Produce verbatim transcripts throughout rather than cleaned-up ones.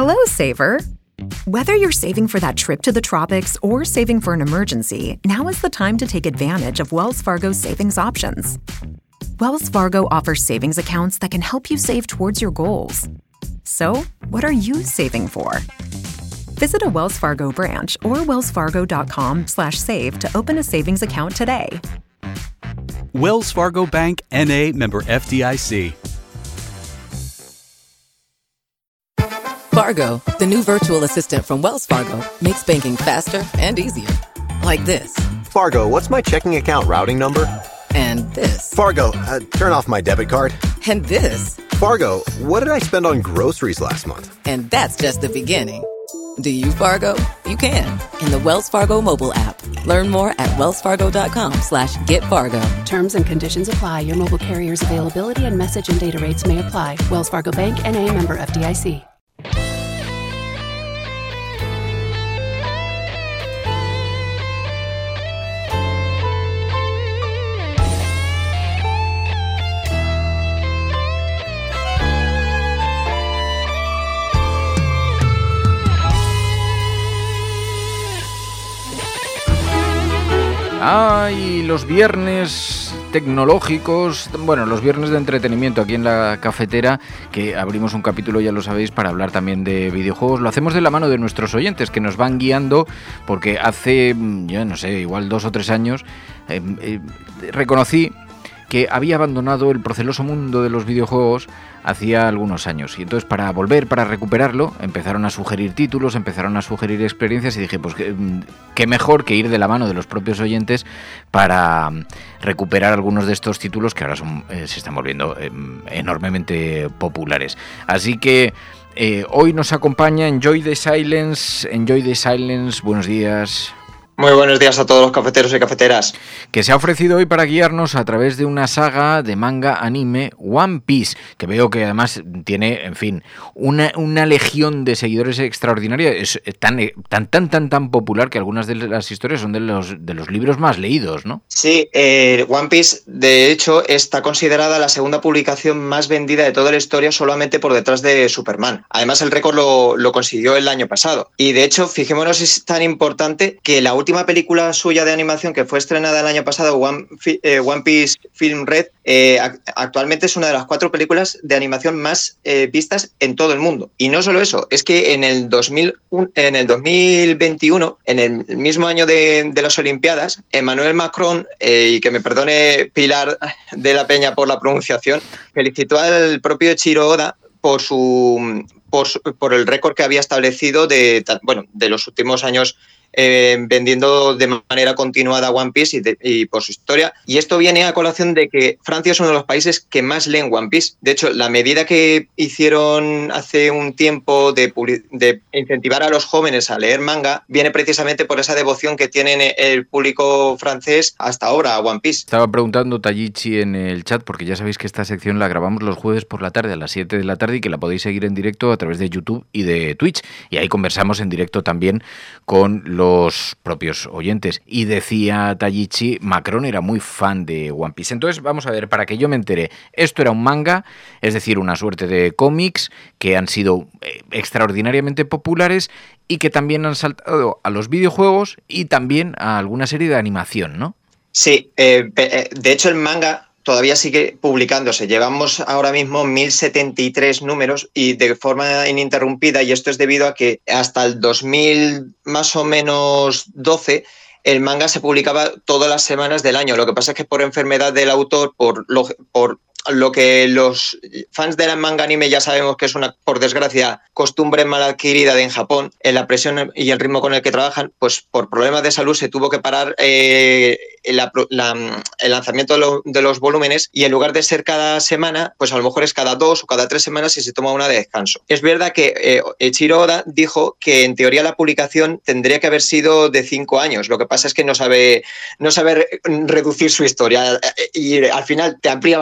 Hello, saver. Whether you're saving for that trip to the tropics or saving for an emergency, now is the time to take advantage of Wells Fargo's savings options. Wells Fargo offers savings accounts that can help you save towards your goals. So, what are you saving for? Visit a Wells Fargo branch or wellsfargo.com slash save to open a savings account today. Wells Fargo Bank, N A, member F D I C. Fargo, the new virtual assistant from Wells Fargo, makes banking faster and easier. Like this. Fargo, what's my checking account routing number? And this. Fargo, uh, turn off my debit card. And this. Fargo, what did I spend on groceries last month? And that's just the beginning. Do you, Fargo? You can. In the Wells Fargo mobile app. Learn more at wellsfargo.com slash get Fargo. Terms and conditions apply. Your mobile carrier's availability and message and data rates may apply. Wells Fargo Bank, N A, member F D I C. Ah, y los viernes tecnológicos, bueno, los viernes de entretenimiento aquí en la cafetera, que abrimos un capítulo, ya lo sabéis, para hablar también de videojuegos. Lo hacemos de la mano de nuestros oyentes, que nos van guiando, porque hace, ya no sé, igual dos o tres años, eh, eh, reconocí que había abandonado el proceloso mundo de los videojuegos hacía algunos años. Y entonces, para volver, para recuperarlo, empezaron a sugerir títulos, empezaron a sugerir experiencias, y dije, pues qué, qué mejor que ir de la mano de los propios oyentes para recuperar algunos de estos títulos que ahora son, eh, se están volviendo eh, enormemente populares. Así que eh, hoy nos acompaña Enjoy the Silence. Enjoy the Silence, buenos días. Muy buenos días a todos los cafeteros y cafeteras. Que se ha ofrecido hoy para guiarnos a través de una saga de manga anime, One Piece, que veo que además tiene, en fin, una, una legión de seguidores extraordinaria. Es tan, tan, tan, tan, tan popular que algunas de las historias son de los, de los libros más leídos, ¿no? Sí, eh, One Piece, de hecho, está considerada la segunda publicación más vendida de toda la historia, solamente por detrás de Superman. Además, el récord lo, lo consiguió el año pasado. Y de hecho, fijémonos, es tan importante que la última película suya de animación que fue estrenada el año pasado, One, eh, One Piece Film Red, eh, actualmente es una de las cuatro películas de animación más eh, vistas en todo el mundo. Y no solo eso, es que en el, dos mil uno, en el dos mil veintiuno, en el mismo año de, de las Olimpiadas, Emmanuel Macron, eh, y que me perdone Pilar de la Peña por la pronunciación, felicitó al propio Eiichiro Oda por su por, su, por el récord que había establecido de, bueno, de los últimos años Eh, vendiendo de manera continuada One Piece y, de, y por su historia. Y esto viene a colación de que Francia es uno de los países que más leen One Piece. De hecho, la medida que hicieron hace un tiempo de, de incentivar a los jóvenes a leer manga viene precisamente por esa devoción que tienen el público francés hasta ahora a One Piece. Estaba preguntando Tayichi en el chat, porque ya sabéis que esta sección la grabamos los jueves por la tarde a las siete de la tarde y que la podéis seguir en directo a través de YouTube y de Twitch. Y ahí conversamos en directo también con los los propios oyentes. Y decía Tayichi, Macron era muy fan de One Piece. Entonces, vamos a ver, para que yo me entere, esto era un manga, es decir, una suerte de cómics que han sido extraordinariamente populares y que también han saltado a los videojuegos y también a alguna serie de animación, ¿no? Sí, eh, de hecho el manga todavía sigue publicándose. Llevamos ahora mismo mil setenta y tres números y de forma ininterrumpida, y esto es debido a que hasta el dos mil más o menos doce el manga se publicaba todas las semanas del año. Lo que pasa es que por enfermedad del autor, por lo, por lo que los fans del manga anime ya sabemos que es una, por desgracia, costumbre mal adquirida de en Japón, en la presión y el ritmo con el que trabajan, pues por problemas de salud se tuvo que parar eh, la, la, el lanzamiento de, lo, de los volúmenes, y en lugar de ser cada semana, pues a lo mejor es cada dos o cada tres semanas y se toma una de descanso. Es verdad que eh, Eiichiro Oda dijo que en teoría la publicación tendría que haber sido de cinco años. Lo que pasa es que no sabe, no sabe reducir su historia y al final te amplía bastante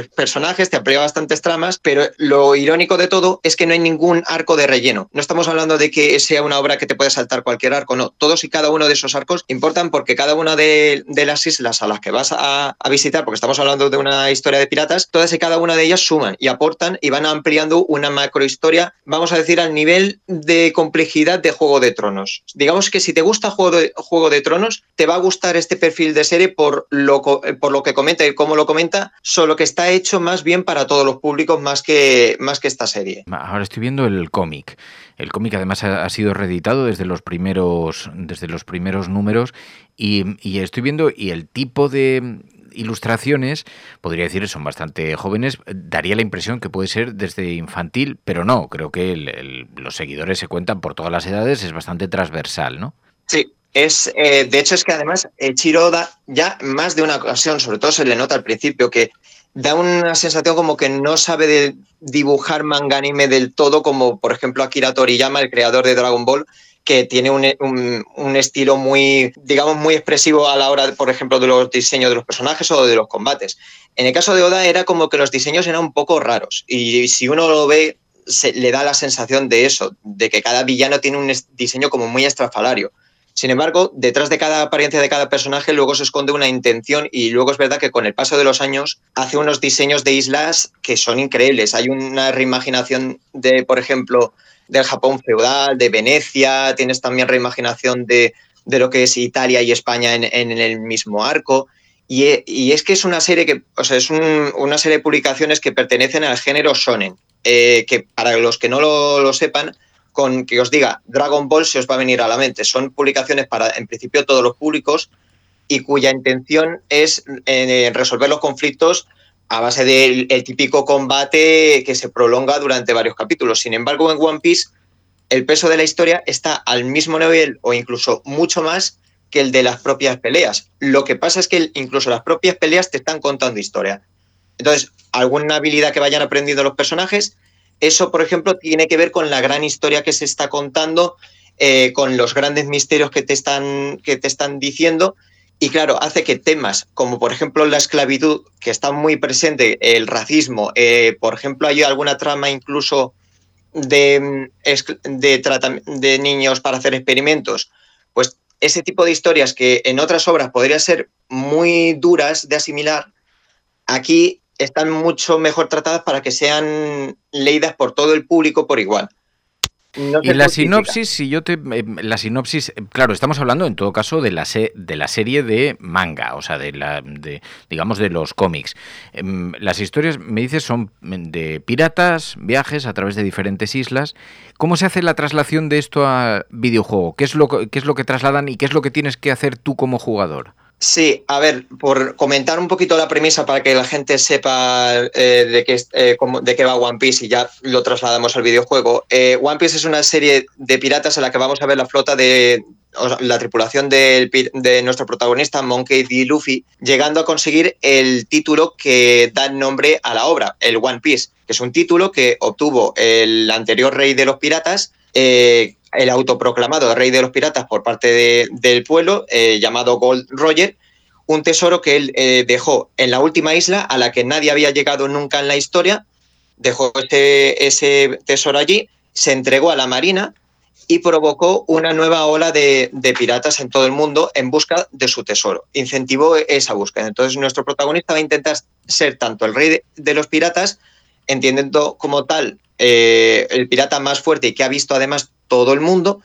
bastantes personajes, te amplía bastantes tramas, pero lo irónico de todo es que no hay ningún arco de relleno. No estamos hablando de que sea una obra que te puede saltar cualquier arco, no. Todos y cada uno de esos arcos importan porque cada una de, de las islas a las que vas a, a visitar, porque estamos hablando de una historia de piratas, todas y cada una de ellas suman y aportan y van ampliando una macrohistoria, vamos a decir, al nivel de complejidad de Juego de Tronos. Digamos que si te gusta Juego de, Juego de Tronos, te va a gustar este perfil de serie por lo, por lo que comenta y cómo lo comenta, solo que está hecho más bien para todos los públicos más que, más que esta serie. Ahora estoy viendo el cómic. El cómic además ha, ha sido reeditado desde los primeros, desde los primeros números y, y estoy viendo y el tipo de ilustraciones, podría decir, son bastante jóvenes. Daría la impresión que puede ser desde infantil, pero no, creo que el, el, los seguidores se cuentan por todas las edades, es bastante transversal, ¿no? Sí, es, eh, de hecho es que además Eiichiro Oda ya más de una ocasión, sobre todo se le nota al principio, que da una sensación como que no sabe de dibujar manga anime del todo, como por ejemplo Akira Toriyama, el creador de Dragon Ball, que tiene un, un, un estilo muy, digamos, muy expresivo a la hora, por ejemplo, de los diseños de los personajes o de los combates. En el caso de Oda era como que los diseños eran un poco raros y si uno lo ve se, le da la sensación de eso, de que cada villano tiene un diseño como muy estrafalario. Sin embargo, detrás de cada apariencia de cada personaje luego se esconde una intención y luego es verdad que con el paso de los años hace unos diseños de islas que son increíbles. Hay una reimaginación de, por ejemplo, del Japón feudal, de Venecia, tienes también reimaginación de, de lo que es Italia y España en, en el mismo arco. Y, y es que es una serie que, o sea, es un, una serie de publicaciones que pertenecen al género shonen, eh, que para los que no lo, lo sepan, con que os diga Dragon Ball se os va a venir a la mente. Son publicaciones para, en principio, todos los públicos y cuya intención es eh, resolver los conflictos a base del el típico combate que se prolonga durante varios capítulos. Sin embargo, en One Piece, el peso de la historia está al mismo nivel o incluso mucho más que el de las propias peleas. Lo que pasa es que incluso las propias peleas te están contando historia. Entonces, alguna habilidad que vayan aprendiendo los personajes, eso, por ejemplo, tiene que ver con la gran historia que se está contando, eh, con los grandes misterios que te están, que te están diciendo. Y claro, hace que temas como, por ejemplo, la esclavitud, que está muy presente, el racismo, eh, por ejemplo, hay alguna trama incluso de, de, de, de niños para hacer experimentos, pues ese tipo de historias que en otras obras podrían ser muy duras de asimilar, aquí están mucho mejor tratadas para que sean leídas por todo el público por igual. No y la sinopsis, si yo te, eh, la sinopsis, claro, estamos hablando en todo caso de la se, de la serie de manga, o sea, de la, de, digamos, de los cómics. Eh, las historias, me dices, son de piratas, viajes a través de diferentes islas. ¿Cómo se hace la traslación de esto a videojuego? ¿Qué es lo, qué es lo que trasladan y qué es lo que tienes que hacer tú como jugador? Sí, a ver, por comentar un poquito la premisa para que la gente sepa eh, de, qué, eh, cómo, de qué va One Piece y ya lo trasladamos al videojuego. Eh, One Piece es una serie de piratas en la que vamos a ver la flota de o sea, la tripulación de, de nuestro protagonista, Monkey D. Luffy, llegando a conseguir el título que da nombre a la obra, el One Piece, que es un título que obtuvo el anterior rey de los piratas, eh, el autoproclamado rey de los piratas por parte de, del pueblo, eh, llamado Gold Roger, un tesoro que él eh, dejó en la última isla a la que nadie había llegado nunca en la historia, dejó ese, ese tesoro allí, se entregó a la marina y provocó una nueva ola de, de piratas en todo el mundo en busca de su tesoro. Incentivó esa búsqueda. Entonces nuestro protagonista va a intentar ser tanto el rey de, de los piratas, entendiendo como tal eh, el pirata más fuerte y que ha visto además todo el mundo,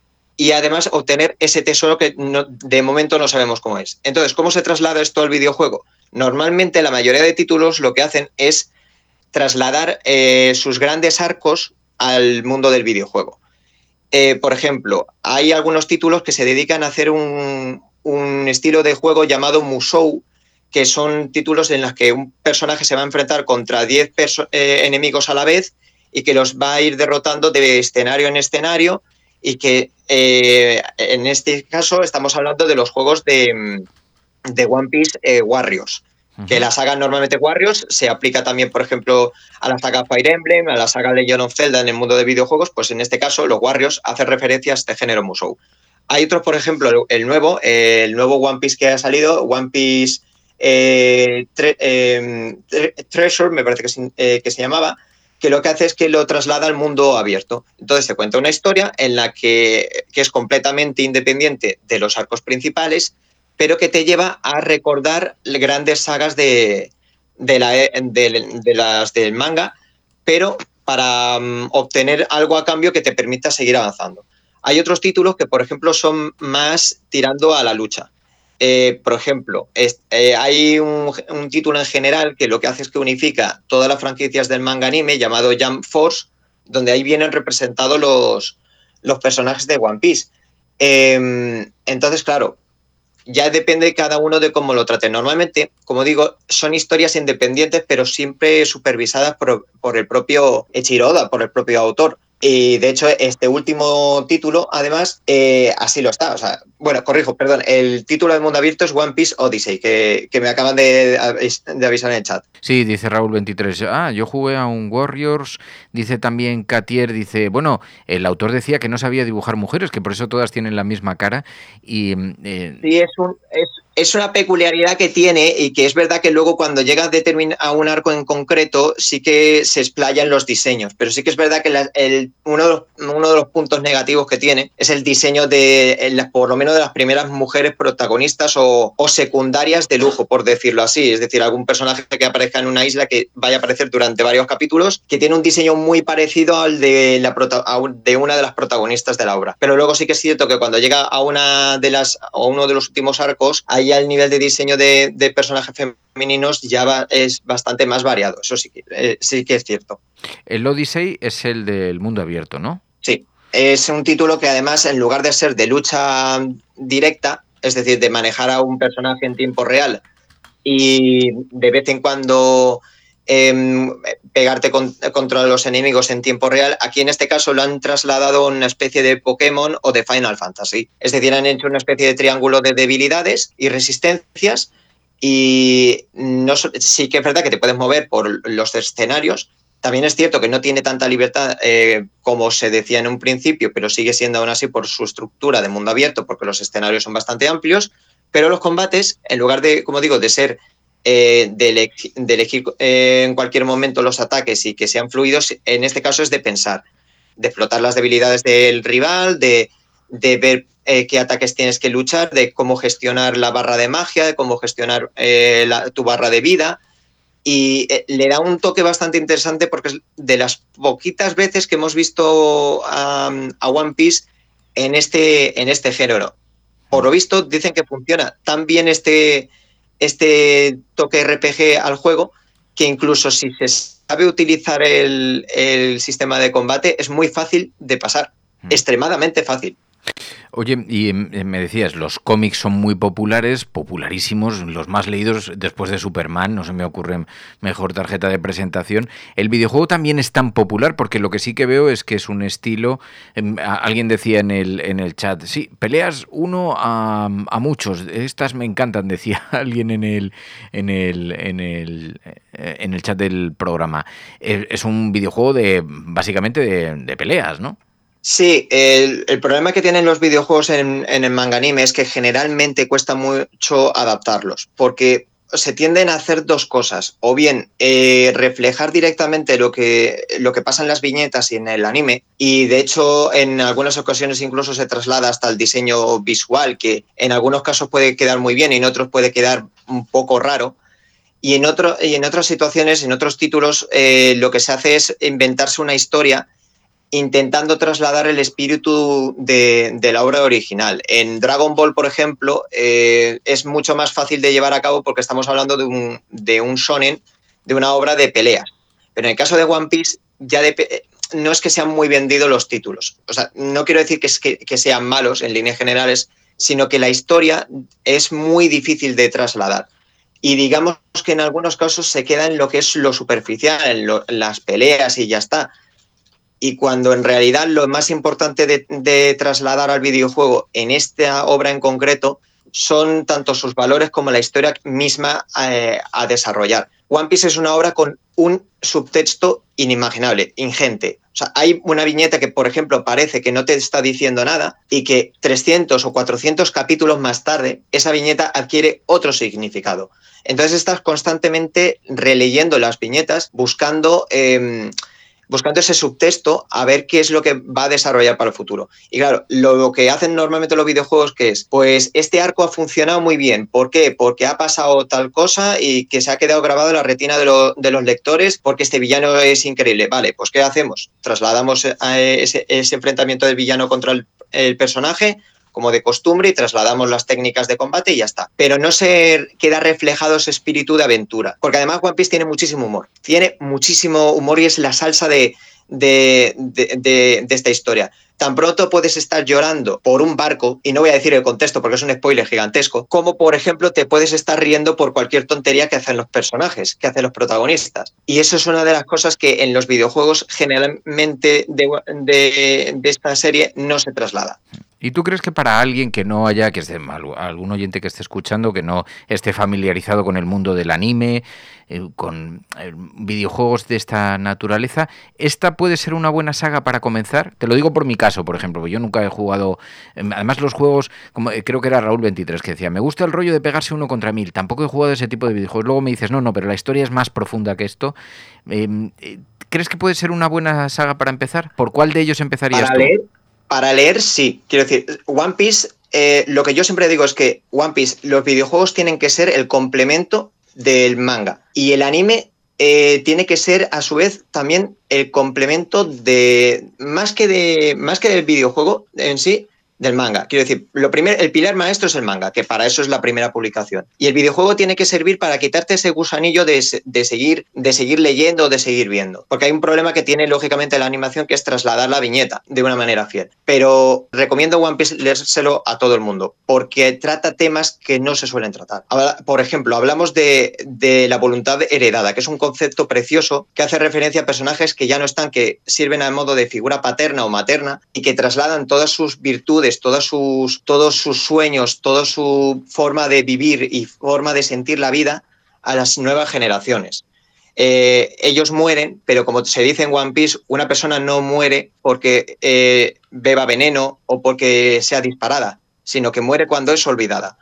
y además obtener ese tesoro que no, de momento no sabemos cómo es. Entonces, ¿cómo se traslada esto al videojuego? Normalmente la mayoría de títulos lo que hacen es trasladar eh, sus grandes arcos al mundo del videojuego. Eh, por ejemplo, hay algunos títulos que se dedican a hacer un, un estilo de juego llamado Musou, que son títulos en los que un personaje se va a enfrentar contra diez eh, enemigos a la vez y que los va a ir derrotando de escenario en escenario y que eh, en este caso estamos hablando de los juegos de, de One Piece eh, Warriors, uh-huh. que la saga normalmente Warriors se aplica también, por ejemplo, a la saga Fire Emblem, a la saga Legend of Zelda en el mundo de videojuegos, pues en este caso los Warriors hacen referencia a este género Musou. Hay otros, por ejemplo, el nuevo, eh, el nuevo One Piece que ha salido, One Piece eh, tre, eh, tre, Treasure, me parece que se, eh, que se llamaba, que lo que hace es que lo traslada al mundo abierto. Entonces te cuenta una historia en la que, que es completamente independiente de los arcos principales, pero que te lleva a recordar grandes sagas de, de, la, de, de las del manga, pero para um, obtener algo a cambio que te permita seguir avanzando. Hay otros títulos que, por ejemplo, son más tirando a la lucha. Eh, por ejemplo, es, eh, hay un, un título en general que lo que hace es que unifica todas las franquicias del manga anime llamado Jump Force, donde ahí vienen representados los, los personajes de One Piece. Eh, entonces, claro, ya depende cada uno de cómo lo trate. Normalmente, como digo, son historias independientes, pero siempre supervisadas por, por el propio Eiichiro Oda, por el propio autor. Y de hecho, este último título, además, eh, así lo está. O sea, bueno, corrijo, perdón, el título de mundo abierto es One Piece Odyssey, que, que me acaban de, de avisar en el chat. Sí, dice Raúl veintitrés. Ah, yo jugué a un Warriors. Dice también Catier, dice, bueno, el autor decía que no sabía dibujar mujeres, que por eso todas tienen la misma cara. Y eh... sí, es un... Es... Es una peculiaridad que tiene y que es verdad que luego cuando llega a, determin- a un arco en concreto sí que se explaya en los diseños, pero sí que es verdad que la, el, uno, de los, uno de los puntos negativos que tiene es el diseño de, el, por lo menos de las primeras mujeres protagonistas o, o secundarias de lujo, por decirlo así, es decir, algún personaje que aparezca en una isla que vaya a aparecer durante varios capítulos, que tiene un diseño muy parecido al de, la prota- de una de las protagonistas de la obra. Pero luego sí que es cierto que cuando llega a una de las, a uno de los últimos arcos, hay ya el nivel de diseño de, de personajes femeninos ya va, es bastante más variado, eso sí que, eh, sí que es cierto. El Odyssey es el del mundo abierto, ¿no? Sí, es un título que además en lugar de ser de lucha directa, es decir, de manejar a un personaje en tiempo real y de vez en cuando eh, pegarte con, contra los enemigos en tiempo real, aquí en este caso lo han trasladado a una especie de Pokémon o de Final Fantasy. Es decir, han hecho una especie de triángulo de debilidades y resistencias y no, sí que es verdad que te puedes mover por los escenarios. También es cierto que no tiene tanta libertad eh, como se decía en un principio, pero sigue siendo aún así por su estructura de mundo abierto, porque los escenarios son bastante amplios, pero los combates, en lugar de, como digo, de ser Eh, de, ele- de elegir eh, en cualquier momento los ataques y que sean fluidos, en este caso es de pensar, de explotar las debilidades del rival, de, de ver eh, qué ataques tienes que luchar, de cómo gestionar la barra de magia, de cómo gestionar eh, la, tu barra de vida, y eh, le da un toque bastante interesante porque es de las poquitas veces que hemos visto a, a One Piece en este, en este género. Por lo visto dicen que funciona tan bien este... este toque R P G al juego, que incluso si se sabe utilizar el, el sistema de combate es muy fácil de pasar, mm. extremadamente fácil. Oye, y me decías, los cómics son muy populares, popularísimos, los más leídos después de Superman, no se me ocurre mejor tarjeta de presentación. El videojuego también es tan popular porque lo que sí que veo es que es un estilo, alguien decía en el, en el chat, sí, peleas uno a, a muchos, estas me encantan, decía alguien en el, en el, en el, en el chat del programa. Es un videojuego de básicamente de, de peleas, ¿no? Sí, el, el problema que tienen los videojuegos en, en el manga anime es que generalmente cuesta mucho adaptarlos, porque se tienden a hacer dos cosas, o bien eh, reflejar directamente lo que, lo que pasa en las viñetas y en el anime, y de hecho en algunas ocasiones incluso se traslada hasta el diseño visual, que en algunos casos puede quedar muy bien y en otros puede quedar un poco raro. Y en, otro, y en otras situaciones, en otros títulos, eh, lo que se hace es inventarse una historia intentando trasladar el espíritu de, de la obra original. En Dragon Ball, por ejemplo, eh, es mucho más fácil de llevar a cabo porque estamos hablando de un, de un shonen, de una obra de peleas. Pero en el caso de One Piece, ya de, no es que sean muy vendidos los títulos. O sea, no quiero decir que, es que, que sean malos en líneas generales, sino que la historia es muy difícil de trasladar. Y digamos que en algunos casos se queda en lo que es lo superficial, en, lo, en las peleas y ya está. Y cuando en realidad lo más importante de, de trasladar al videojuego en esta obra en concreto son tanto sus valores como la historia misma eh, a desarrollar. One Piece es una obra con un subtexto inimaginable, ingente. O sea, hay una viñeta que, por ejemplo, parece que no te está diciendo nada y que trescientos o cuatrocientos capítulos más tarde esa viñeta adquiere otro significado. Entonces estás constantemente releyendo las viñetas, buscando... Eh, buscando ese subtexto a ver qué es lo que va a desarrollar para el futuro. Y claro, lo, lo que hacen normalmente los videojuegos, ¿qué es? Pues este arco ha funcionado muy bien. ¿Por qué? Porque ha pasado tal cosa y que se ha quedado grabado en la retina de, lo, de los lectores porque este villano es increíble. Vale, pues ¿qué hacemos? Trasladamos a ese, ese enfrentamiento del villano contra el, el personaje como de costumbre y trasladamos las técnicas de combate y ya está. Pero no se queda reflejado ese espíritu de aventura. Porque además One Piece tiene muchísimo humor. Tiene muchísimo humor y es la salsa de, de, de, de, de esta historia. Tan pronto puedes estar llorando por un barco, y no voy a decir el contexto porque es un spoiler gigantesco, como por ejemplo te puedes estar riendo por cualquier tontería que hacen los personajes, que hacen los protagonistas. Y eso es una de las cosas que en los videojuegos generalmente de, de, de esta serie no se traslada. ¿Y tú crees que para alguien que no haya, que esté algún oyente que esté escuchando, que no esté familiarizado con el mundo del anime, eh, con eh, videojuegos de esta naturaleza, esta puede ser una buena saga para comenzar? Te lo digo por mi caso, por ejemplo, porque yo nunca he jugado, eh, además los juegos, como eh, creo que era Raúl veintitrés que decía, me gusta el rollo de pegarse uno contra mil, tampoco he jugado ese tipo de videojuegos. Luego me dices, no, no, pero la historia es más profunda que esto. Eh, eh, ¿Crees que puede ser una buena saga para empezar? ¿Por cuál de ellos empezarías para tú? Leer, para leer, sí. Quiero decir, One Piece, eh, lo que yo siempre digo es que One Piece, los videojuegos tienen que ser el complemento del manga. Y el anime eh, tiene que ser, a su vez, también el complemento de, más que, de, más que del videojuego en sí, del manga. Quiero decir, lo primero, el pilar maestro es el manga, que para eso es la primera publicación. Y el videojuego tiene que servir para quitarte ese gusanillo de, de, seguir, de seguir leyendo o de seguir viendo. Porque hay un problema que tiene, lógicamente, la animación, que es trasladar la viñeta de una manera fiel. Pero recomiendo One Piece leérselo a todo el mundo, porque trata temas que no se suelen tratar. Ahora, por ejemplo, hablamos de, de la voluntad heredada, que es un concepto precioso que hace referencia a personajes que ya no están, que sirven a modo de figura paterna o materna y que trasladan todas sus virtudes, Todos sus, todos sus sueños, toda su forma de vivir y forma de sentir la vida a las nuevas generaciones. Eh, ellos mueren, pero como se dice en One Piece, una persona no muere porque eh, beba veneno o porque sea disparada, sino que muere cuando es olvidada.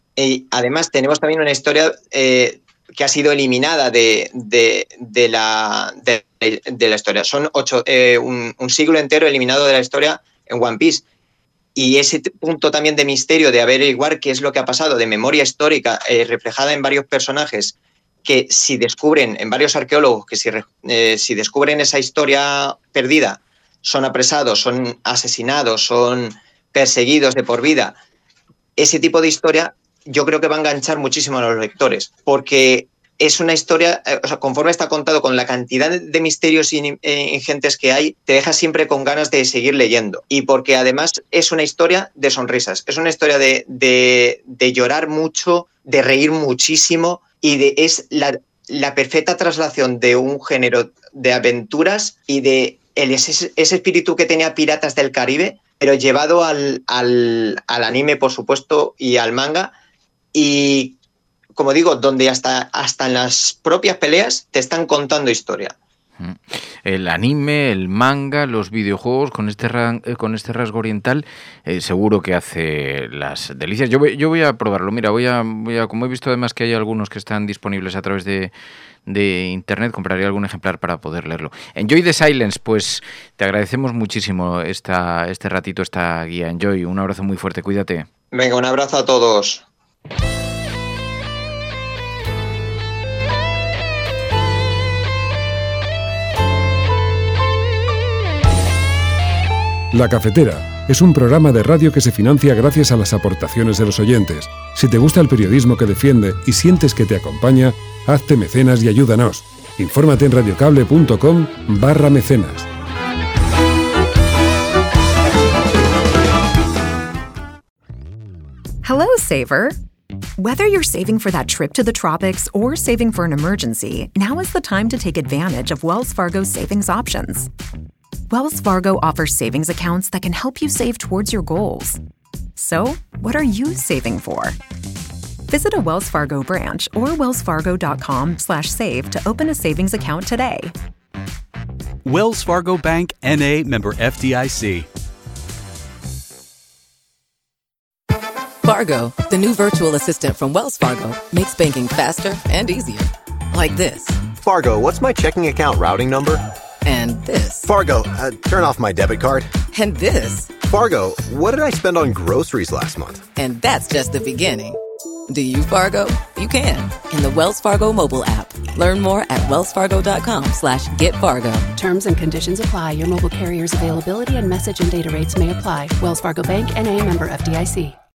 Y además tenemos también una historia eh, que ha sido eliminada de, de, de, la, de, de la historia. Son ocho, eh, un, un siglo entero eliminado de la historia en One Piece. Y ese punto también de misterio, de averiguar qué es lo que ha pasado, de memoria histórica eh, reflejada en varios personajes, que si descubren, en varios arqueólogos, que si, eh, si descubren esa historia perdida, son apresados, son asesinados, son perseguidos de por vida. Ese tipo de historia yo creo que va a enganchar muchísimo a los lectores, porque es una historia, o sea, conforme está contado, con la cantidad de misterios ingentes que hay, te deja siempre con ganas de seguir leyendo. Y porque además es una historia de sonrisas, es una historia de, de, de llorar mucho, de reír muchísimo, y de, es la, la perfecta traslación de un género de aventuras y de el, ese, ese espíritu que tenía Piratas del Caribe, pero llevado al, al, al anime, por supuesto, y al manga. Y como digo, donde hasta, hasta en las propias peleas te están contando historia. El anime, el manga, los videojuegos, con este, ran, con este rasgo oriental, eh, seguro que hace las delicias. Yo voy, yo voy a probarlo. Mira, voy a, voy a, como he visto además que hay algunos que están disponibles a través de, de internet, compraré algún ejemplar para poder leerlo. Enjoy the Silence, pues te agradecemos muchísimo esta, este ratito, esta guía. Enjoy, un abrazo muy fuerte, cuídate. Venga, un abrazo a todos. La Cafetera es un programa de radio que se financia gracias a las aportaciones de los oyentes. Si te gusta el periodismo que defiende y sientes que te acompaña, hazte mecenas y ayúdanos. Infórmate en radiocable.com barra mecenas. Hello, saver. Whether you're saving for that trip to the tropics or saving for an emergency, now is the time to take advantage of Wells Fargo's savings options. Wells Fargo offers savings accounts that can help you save towards your goals. So, what are you saving for? Visit a Wells Fargo branch or wellsfargo.com slash save to open a savings account today. Wells Fargo Bank, N A, member F D I C. Fargo, the new virtual assistant from Wells Fargo, makes banking faster and easier. Like this. Fargo, what's my checking account routing number? And this. Fargo, uh, turn off my debit card. And this. Fargo, what did I spend on groceries last month? And that's just the beginning. Do you, Fargo? You can in the Wells Fargo mobile app. Learn more at wellsfargo.com slash get Fargo. Terms and conditions apply. Your mobile carrier's availability and message and data rates may apply. Wells Fargo Bank, N A, member F D I C.